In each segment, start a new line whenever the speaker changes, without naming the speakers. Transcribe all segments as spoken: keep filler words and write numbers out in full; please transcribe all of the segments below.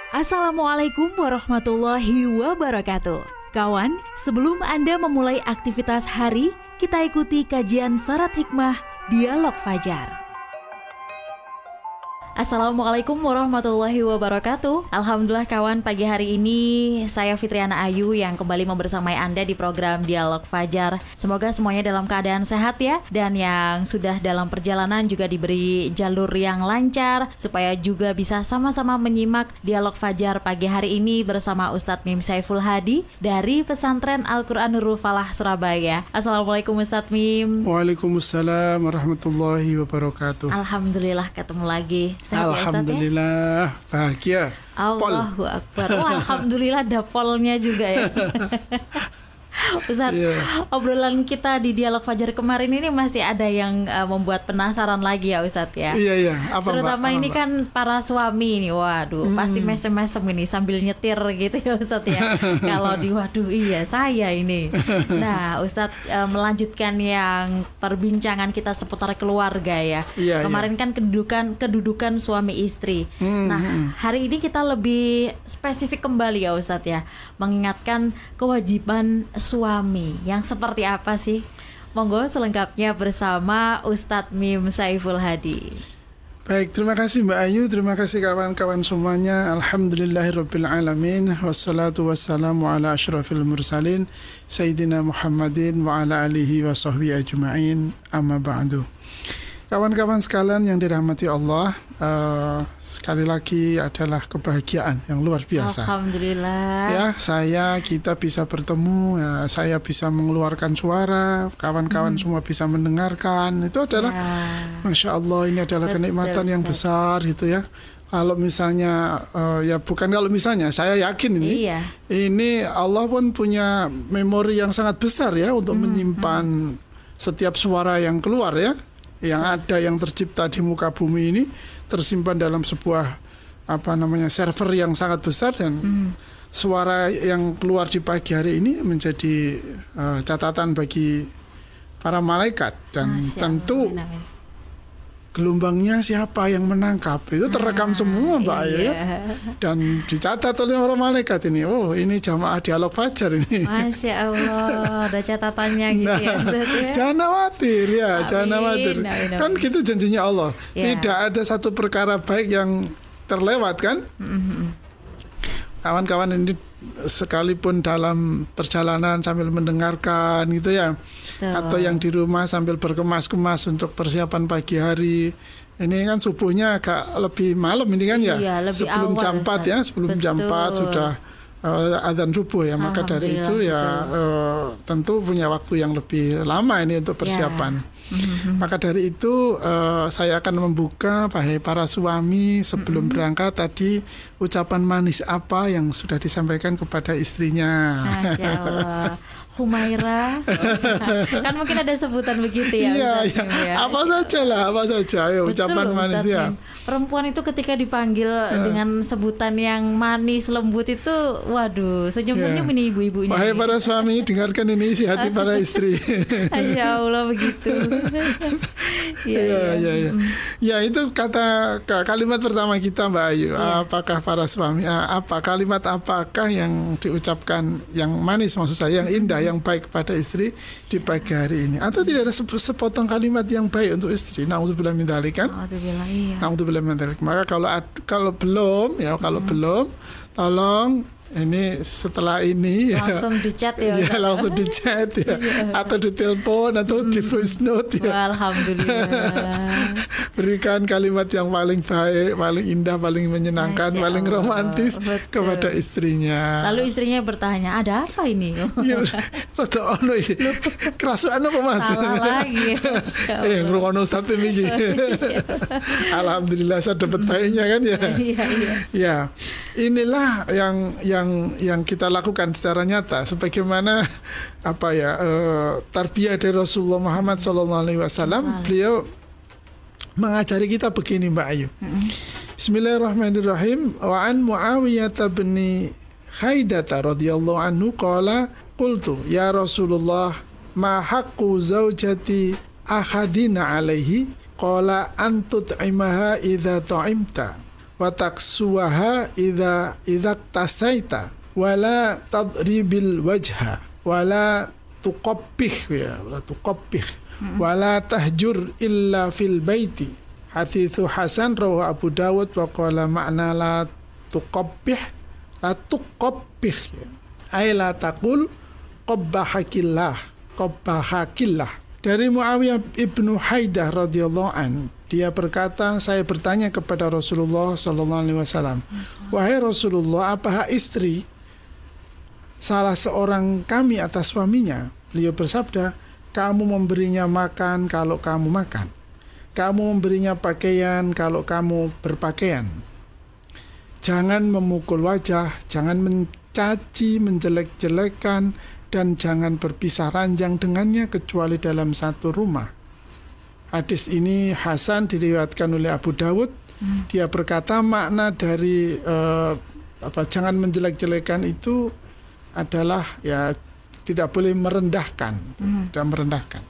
Assalamualaikum warahmatullahi wabarakatuh. Kawan, sebelum Anda memulai aktivitas hari, kita ikuti kajian Syarat Hikmah Dialog Fajar. Assalamualaikum warahmatullahi wabarakatuh. Alhamdulillah kawan, pagi hari ini saya Fitriana Ayu yang kembali membersamai Anda di program Dialog Fajar. Semoga semuanya dalam keadaan sehat ya, dan yang sudah dalam perjalanan juga diberi jalur yang lancar supaya juga bisa sama-sama menyimak Dialog Fajar pagi hari ini bersama Ustadz Mim Saiful Hadi dari Pesantren Al-Quran Nurul Falah Surabaya. Assalamualaikum Ustadz Mim.
Waalaikumsalam warahmatullahi wabarakatuh.
Alhamdulillah ketemu lagi. Sehat
Alhamdulillah,
ya,
bahagia.
Allahu Akbar. Oh, alhamdulillah ada polnya juga ya. Ustadz, yeah. Obrolan kita di Dialog Fajar kemarin ini masih ada yang uh, membuat penasaran lagi ya Ustadz ya.
Iya, iya. Apa,
Terutama
Mbak?
ini
Apa,
kan para suami ini, waduh, hmm. pasti mesem-mesem ini sambil nyetir gitu ya Ustadz ya. Kalau di waduh iya saya ini. Nah Ustadz uh, melanjutkan yang perbincangan kita seputar keluarga ya.
Yeah,
kemarin yeah. kan kedudukan kedudukan suami istri. Hmm. Nah hari ini kita lebih spesifik kembali ya Ustadz ya, mengingatkan kewajiban suami yang seperti apa sih? Monggo selengkapnya bersama Ustadz Mim Saiful Hadi.
Baik, terima kasih Mbak Ayu, terima kasih kawan-kawan semuanya. Alhamdulillahirabbil alamin, wassalatu wassalamu ala asyrafil mursalin Sayyidina Muhammadin wa ala alihi wa sahbihi ajma'in, amma ba'du. Kawan-kawan sekalian yang dirahmati Allah, uh, sekali lagi adalah kebahagiaan yang luar biasa.
Alhamdulillah. Ya,
saya kita bisa bertemu, ya, saya bisa mengeluarkan suara, kawan-kawan hmm. semua bisa mendengarkan. Itu adalah, ya. Masya Allah, ini adalah betul, kenikmatan betul. yang besar, gitu ya. Kalau misalnya, uh, ya bukan kalau misalnya, saya yakin ini, iya. ini Allah pun punya memori yang sangat besar ya untuk hmm. menyimpan hmm. setiap suara yang keluar ya. Yang ada yang tercipta di muka bumi ini tersimpan dalam sebuah apa namanya server yang sangat besar, dan hmm. suara yang keluar di pagi hari ini menjadi uh, catatan bagi para malaikat, dan Masya tentu Allah. Gelombangnya siapa yang menangkap itu terekam ah, semua Mbak Ayu iya. ya, dan dicatat oleh para malaikat ini. Oh, ini jamaah Dialog Fajar ini.
Masya Allah, ada catatannya gitu nah, ya, ya.
Jangan khawatir ya, amin, jangan khawatir. Amin, amin. Kan gitu janjinya Allah. Ya. Tidak ada satu perkara baik yang terlewat kan? Mm-hmm. Kawan-kawan ini sekalipun dalam perjalanan sambil mendengarkan gitu ya, tuh. Atau yang di rumah sambil berkemas-kemas untuk persiapan pagi hari. Ini kan subuhnya agak lebih malam ini kan ya,
iya,
sebelum
awal,
jam empat ya, sebelum betul. jam empat sudah uh, adzan subuh ya, maka dari itu ya uh, tentu punya waktu yang lebih lama ini untuk persiapan. Ya. Mm-hmm. Maka dari itu uh, saya akan membuka wahai para suami sebelum mm-hmm. berangkat tadi ucapan manis apa yang sudah disampaikan kepada istrinya.
Masya Allah. Humaira, kan mungkin ada sebutan begitu ya.
Iya, iya. Ya. Apa saja lah, apa saja. Ayo, betul, ucapan manis ya.
Perempuan itu ketika dipanggil ya. dengan sebutan yang manis, lembut itu, waduh, senyum-senyum ya. ini ibu-ibunya.
Wahai para suami, dengarkan ini isi hati para istri.
Masya Allah begitu.
Ya, ya, ya, ya. ya itu kata kalimat pertama kita Mbak Ayu. Ya. Apakah para suami? Apa kalimat apakah yang diucapkan yang manis maksud saya, yang indah, yang baik kepada istri di pagi hari ini? Atau tidak ada sepotong kalimat yang baik untuk istri? Na'udzubillah min dzalik kan?
Na'udzubillah, iya.
Na'udzubillah min dzalik. Maka kalau kalau belum ya, kalau hmm. belum, tolong ini setelah ini
langsung ya, di chat ya,
ya langsung di chat ya, atau di telepon atau hmm. di voice note ya.
Alhamdulillah.
Berikan kalimat yang paling baik, paling indah, paling menyenangkan, Masya paling Allah. romantis Betul. kepada istrinya.
Lalu istrinya bertanya, ada apa ini?
Iya, rada ono iki. Kerasukan apa Mas?
Salah lagi.
Eh, ngrungokno Ustaz iki. Alhamdulillah saya dapat baiknya kan ya.
Iya, iya.
Ya. Inilah yang yang yang yang kita lakukan secara nyata sebagaimana apa ya uh, tarbiyah dari Rasulullah Muhammad sallallahu alaihi wasallam. Beliau mengajari kita begini Mbak Ayu. Mm-hmm. Bismillahirrahmanirrahim. Wa an Muawiyah bin Haidata radhiyallahu anhu qala qultu ya Rasulullah ma haqqu zaujati ahadina alaihi qala an tut'imaha idza ta'imta wa taksuwaha idza idza tasaita wala tadribil wajha wala tuqabbih ya wala tuqabbih mm-hmm. wala tahjur illa fil baiti. Haditsu Hasan rawahu Abu Dawud wa qala ma'na la tuqabbih la tuqabbih ya. Ay la taqul qabbahakillah qabbahakillah. Dari Muawiyah ibnu Haidah radhiyallahu an, dia berkata, saya bertanya kepada Rasulullah sallallahu alaihi wasallam, wahai Rasulullah, apa hak istri salah seorang kami atas suaminya? Beliau bersabda, kamu memberinya makan kalau kamu makan, kamu memberinya pakaian kalau kamu berpakaian. Jangan memukul wajah, jangan mencaci, menjelek-jelekan, dan jangan berpisah ranjang dengannya kecuali dalam satu rumah. Hadis ini Hasan, diriwayatkan oleh Abu Dawud. Hmm. Dia berkata makna dari uh, apa jangan menjelek-jelekan itu adalah ya tidak boleh merendahkan, hmm. tidak merendahkan.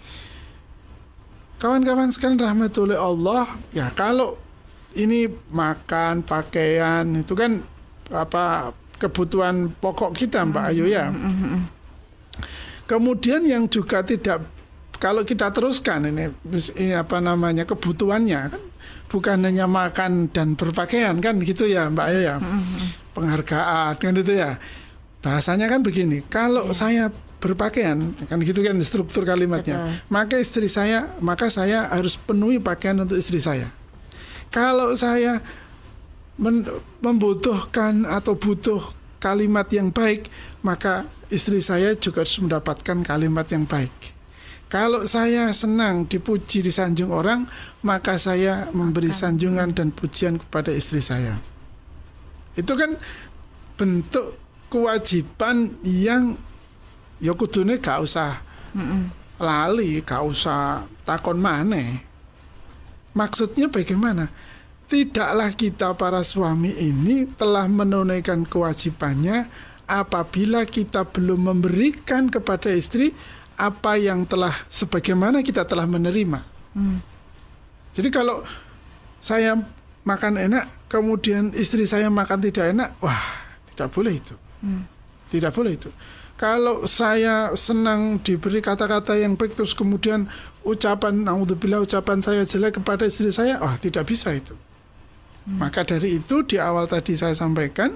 Kawan-kawan sekalian rahmatullahi Allah, ya kalau ini makan, pakaian itu kan apa kebutuhan pokok kita, Mbak Ayu ya. Hmm. Kemudian yang juga tidak, kalau kita teruskan ini, ini apa namanya kebutuhannya kan bukan hanya makan dan berpakaian kan gitu ya Mbak Ayu ya. Hmm. Penghargaan kan itu ya. Bahasanya kan begini, kalau yeah. saya berpakaian, kan gitu kan struktur kalimatnya. Betul. Maka istri saya, maka saya harus penuhi pakaian untuk istri saya. Kalau saya men- membutuhkan atau butuh kalimat yang baik, maka istri saya juga harus mendapatkan kalimat yang baik. Kalau saya senang dipuji, disanjung orang, maka saya memberi sanjungan dan pujian kepada istri saya. Itu kan bentuk kewajiban yang ya kudune gak usah Mm-mm. lali, gak usah takon maneh. Maksudnya bagaimana? Tidaklah kita para suami ini telah menunaikan kewajibannya apabila kita belum memberikan kepada istri apa yang telah sebagaimana kita telah menerima. Mm. Jadi kalau saya makan enak, kemudian istri saya makan tidak enak, wah tidak boleh itu. Hmm. Tidak boleh itu. Kalau saya senang diberi kata-kata yang baik terus kemudian ucapan naudzubillah ucapan saya jelek kepada istri saya, oh tidak bisa itu. Hmm. Maka dari itu di awal tadi saya sampaikan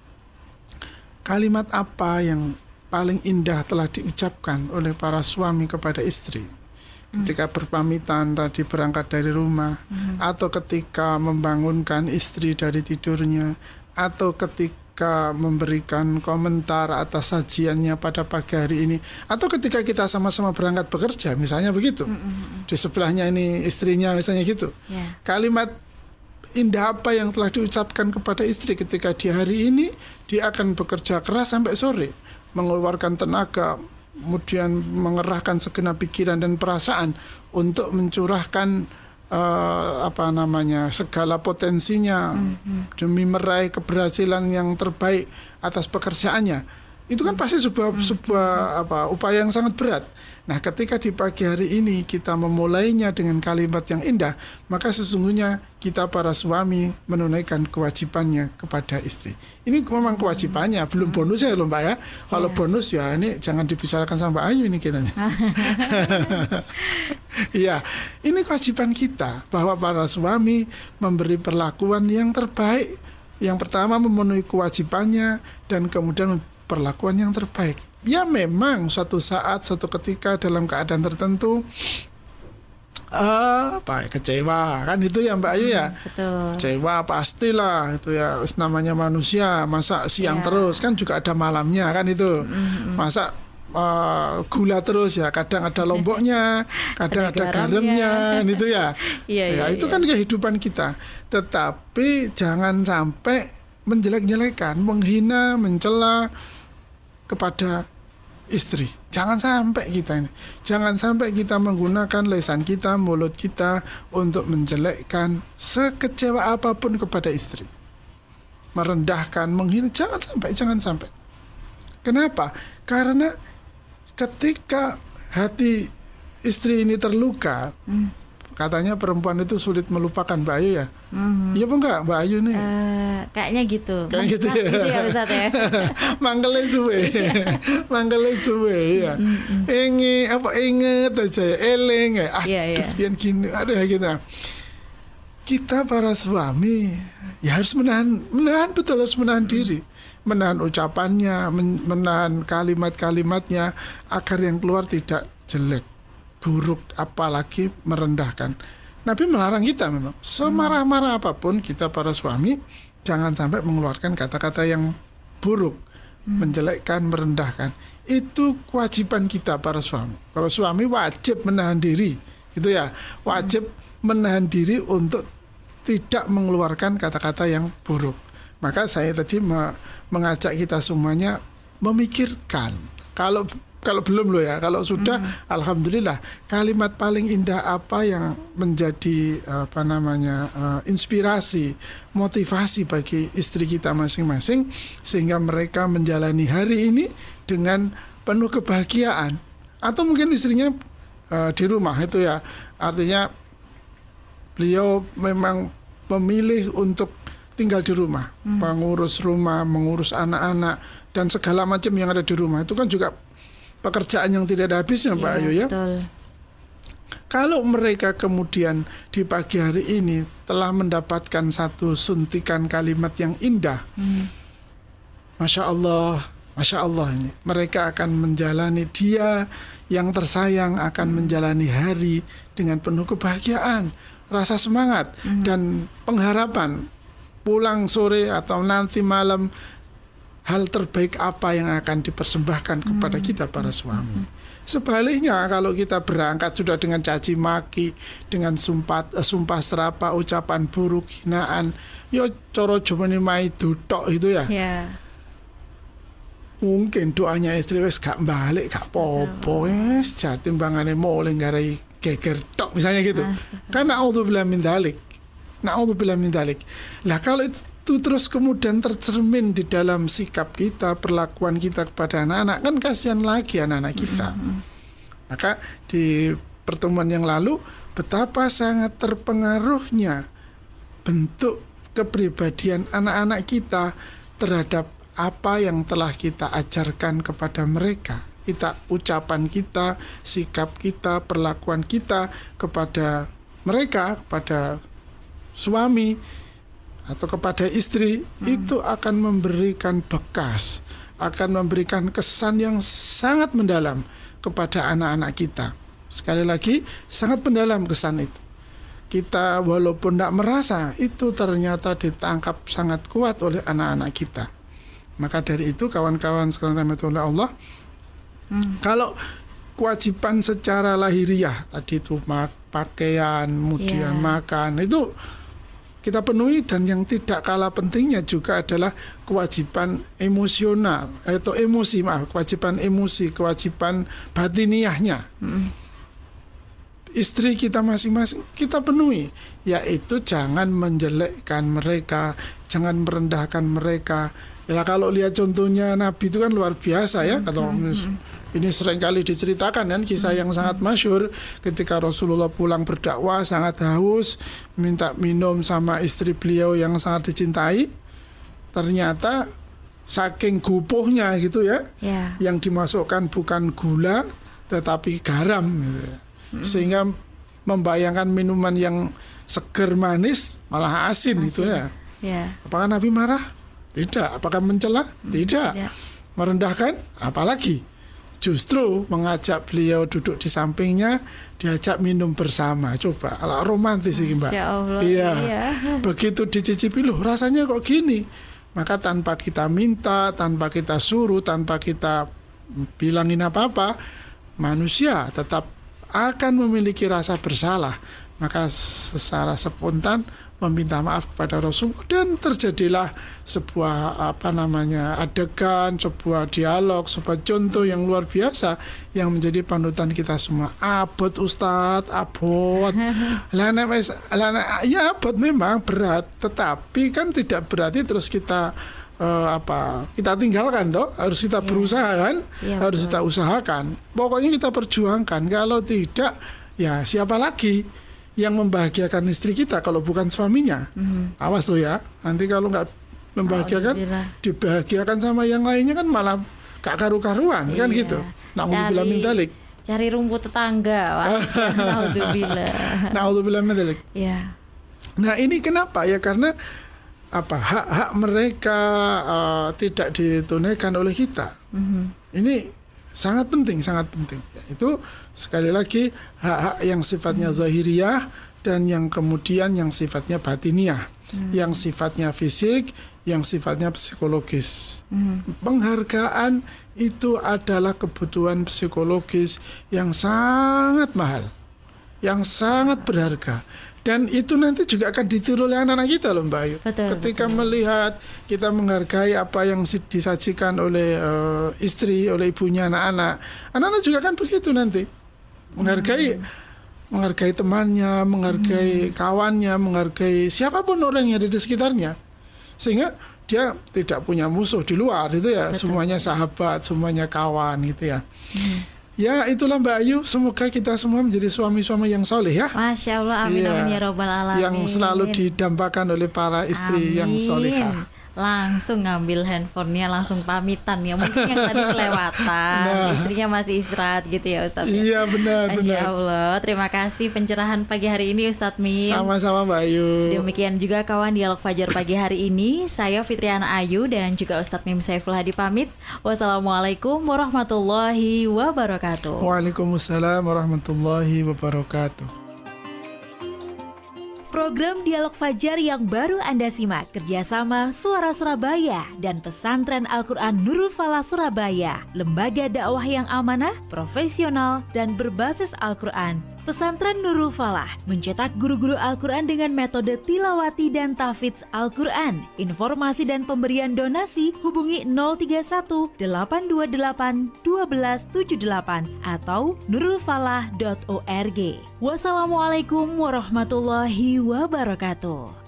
kalimat apa yang paling indah telah diucapkan oleh para suami kepada istri ketika hmm. berpamitan tadi berangkat dari rumah, hmm. atau ketika membangunkan istri dari tidurnya, atau ketika memberikan komentar atas sajiannya pada pagi hari ini, atau ketika kita sama-sama berangkat bekerja misalnya begitu, mm-hmm. di sebelahnya ini istrinya misalnya gitu, yeah. Kalimat indah apa yang telah diucapkan kepada istri ketika di hari ini dia akan bekerja keras sampai sore, mengeluarkan tenaga, kemudian mengerahkan segenap pikiran dan perasaan untuk mencurahkan Uh, apa namanya segala potensinya mm-hmm. demi meraih keberhasilan yang terbaik atas pekerjaannya. Itu kan mm-hmm. pasti sebuah mm-hmm. sebuah apa upaya yang sangat berat. Nah, ketika di pagi hari ini kita memulainya dengan kalimat yang indah, maka sesungguhnya kita para suami menunaikan kewajibannya kepada istri. Ini memang kewajibannya, hmm. belum bonusnya loh Mbak ya. Kalau yeah. bonus ya ini jangan dibicarakan sama Mbak Ayu ini kiranya. Iya, ini kewajiban kita bahwa para suami memberi perlakuan yang terbaik. Yang pertama memenuhi kewajibannya dan kemudian perlakuan yang terbaik. Ya memang suatu saat, suatu ketika dalam keadaan tertentu uh, apa kecewa kan itu ya Mbak Ayu ya.
Betul.
Kecewa pastilah itu ya, namanya manusia, masa siang ya. Terus kan juga ada malamnya kan itu. Mm-hmm. Masa uh, gula terus ya, kadang ada lomboknya, kadang ada, ada garamnya itu ya. Iya, ya, iya, itu iya. Kan kehidupan kita. Tetapi jangan sampai menjelek-jelekan, menghina, mencela kepada istri. Jangan sampai kita ini. Jangan sampai kita menggunakan lisan kita, mulut kita untuk menjelekkan sekecewa apapun kepada istri. Merendahkan, menghina, jangan sampai, jangan sampai. Kenapa? Karena ketika hati istri ini terluka, hmm. katanya perempuan itu sulit melupakan Mbak Ayu ya. Mm-hmm. Iya apa enggak Mbak Ayu nih?
Uh, kayaknya gitu.
Kayak gitu ya.
Gitu ya Ustaz ya.
Manggele suwe. Manggele suwe ya. Mm-hmm. Inge apa inget aja ya, eling ya. Aduh, yeah, yeah. Pian gini ada gitu. Kita para suami ya harus menahan menahan betul harus menahan mm-hmm. diri. Menahan ucapannya, menahan kalimat-kalimatnya agar yang keluar tidak jelek, buruk, apalagi merendahkan. Nabi melarang kita memang semarah-marah apapun kita para suami jangan sampai mengeluarkan kata-kata yang buruk, hmm. menjelekkan, merendahkan. Itu kewajiban kita para suami. Para suami wajib menahan diri, gitu ya. Wajib hmm. menahan diri untuk tidak mengeluarkan kata-kata yang buruk. Maka saya tadi me- mengajak kita semuanya memikirkan. Kalau kalau belum loh ya, kalau sudah mm. alhamdulillah. Kalimat paling indah apa yang menjadi apa namanya uh, inspirasi, motivasi bagi istri kita masing-masing sehingga mereka menjalani hari ini dengan penuh kebahagiaan. Atau mungkin istrinya uh, di rumah itu ya. Artinya beliau memang memilih untuk tinggal di rumah, hmm. mengurus rumah, mengurus anak-anak dan segala macam yang ada di rumah. Itu kan juga pekerjaan yang tidak ada habisnya, Mbak Ayu ya. Betul. Kalau mereka kemudian di pagi hari ini telah mendapatkan satu suntikan kalimat yang indah, hmm. Masya Allah, Masya Allah ini, mereka akan menjalani dia yang tersayang akan hmm. menjalani hari dengan penuh kebahagiaan, rasa semangat hmm. dan pengharapan. Pulang sore atau nanti malam hal terbaik apa yang akan dipersembahkan kepada kita para suami. Sebaliknya kalau kita berangkat sudah dengan caci maki, dengan sumpah, sumpah serapa, ucapan buruk, hinaan, yo coro jomene mai dutok itu ya. Yeah. Mungkin doanya istri wes gak balik, gak popo, wes jar timbangane mulai ngarai geger tok misalnya gitu. Karena auzubillah min dzalik. Na'udzubillah min dzalik. Lah kalau itu terus kemudian tercermin di dalam sikap kita, perlakuan kita kepada anak-anak, kan kasihan lagi anak-anak kita. Mm-hmm. Maka di pertemuan yang lalu betapa sangat terpengaruhnya bentuk kepribadian anak-anak kita terhadap apa yang telah kita ajarkan kepada mereka. Kita, ucapan kita, sikap kita, perlakuan kita kepada mereka, kepada suami atau kepada istri hmm. itu akan memberikan bekas, akan memberikan kesan yang sangat mendalam kepada anak-anak kita. Sekali lagi, sangat mendalam kesan itu. Kita walaupun tidak merasa, itu ternyata ditangkap sangat kuat oleh anak-anak kita. Maka dari itu kawan-kawan sekalian rahmatullah Allah, hmm. kalau kewajiban secara lahiriah tadi itu pakaian, kemudian yeah. makan, itu kita penuhi, dan yang tidak kalah pentingnya juga adalah kewajiban emosional atau emosi maaf kewajiban emosi kewajiban batiniahnya mm. istri kita masing-masing kita penuhi, yaitu jangan menjelekkan mereka, jangan merendahkan mereka. Ya kalau lihat contohnya Nabi itu kan luar biasa ya. Mm-hmm. Kalau ini sering kali diceritakan kan kisah yang sangat masyhur ketika Rasulullah pulang berdakwah sangat haus, minta minum sama istri beliau yang sangat dicintai. Ternyata saking gupuhnya gitu ya, yeah. yang dimasukkan bukan gula tetapi garam gitu. Mm-hmm. Sehingga membayangkan minuman yang seger manis malah asin, asin. Itu ya. Yeah. Apakah Nabi marah? Tidak. Apakah mencela? Tidak. Tidak. Merendahkan? Apalagi. Justru mengajak beliau duduk di sampingnya, diajak minum bersama. Coba, ala romantis ini Mbak.
Allah,
iya. iya. Begitu dicicipi, loh rasanya kok gini. Maka tanpa kita minta, tanpa kita suruh, tanpa kita bilangin apa-apa, manusia tetap akan memiliki rasa bersalah. Maka secara spontan meminta maaf kepada Rasul, dan terjadilah sebuah apa namanya adegan, sebuah dialog, sebuah contoh yang luar biasa yang menjadi panutan kita semua. Abot Ustadz, abot. Lana, lana, ya abot memang berat, tetapi kan tidak berarti terus kita uh, apa kita tinggalkan toh, harus kita berusaha kan, ya, harus betul. Kita usahakan. Pokoknya kita perjuangkan. Kalau tidak, ya siapa lagi yang membahagiakan istri kita kalau bukan suaminya. Mm-hmm. Awas lo ya, nanti kalau nggak membahagiakan, dibahagiakan sama yang lainnya kan malah gak karu-karuan. Iya. Kan gitu. Na'udzubillah min dzalik.
Cari rumput tetangga. Na'udzubillah.
Na'udzubillah min dzalik.
Iya.
Nah ini kenapa ya, karena apa, hak-hak mereka uh, tidak ditunaikan oleh kita. Mm-hmm. Ini sangat penting, sangat penting. Itu sekali lagi hak-hak yang sifatnya mm-hmm. zahiriyah dan yang kemudian yang sifatnya batiniah, mm-hmm. yang sifatnya fisik, yang sifatnya psikologis. Mm-hmm. Penghargaan itu adalah kebutuhan psikologis yang sangat mahal, yang sangat berharga. Dan itu nanti juga akan ditiru oleh anak-anak kita loh Mbak Ayu.
Betul,
ketika
betul.
melihat kita menghargai apa yang disajikan oleh uh, istri, oleh ibunya, anak-anak, anak-anak juga kan begitu nanti. Menghargai, hmm. menghargai temannya, menghargai hmm. kawannya, menghargai siapapun orang yang ada di sekitarnya. Sehingga dia tidak punya musuh di luar itu ya. Betul. Semuanya sahabat, semuanya kawan gitu ya. Hmm. Ya itulah Mbak Ayu, semoga kita semua menjadi suami-suami yang soleh ya.
Masya Allah, amin, ya, amin ya robbal alamin.
Yang selalu didambakan oleh para istri amin. Yang solehah.
Langsung ngambil handphonenya, langsung pamitan ya. Mungkin yang tadi kelewatan, nah. istrinya masih istirahat gitu ya Ustadz.
Iya benar,
Masya
benar.
Allah, terima kasih pencerahan pagi hari ini Ustadz Mim.
Sama-sama Mbak Ayu.
Demikian juga kawan Dialog Fajar pagi hari ini. Saya Fitriana Ayu dan juga Ustadz Mim Saiful Hadi pamit. Wassalamualaikum warahmatullahi wabarakatuh.
Waalaikumsalam warahmatullahi wabarakatuh.
Program Dialog Fajar yang baru Anda simak kerjasama Suara Surabaya dan Pesantren Al-Quran Nurul Falah Surabaya, lembaga dakwah yang amanah, profesional, dan berbasis Al-Quran. Pesantren Nurul Falah mencetak guru-guru Al-Quran dengan metode tilawati dan tahfidz Al-Quran. Informasi dan pemberian donasi hubungi nol tiga satu delapan dua delapan satu dua tujuh delapan atau nurulfalah dot org. Wassalamualaikum warahmatullahi wabarakatuh.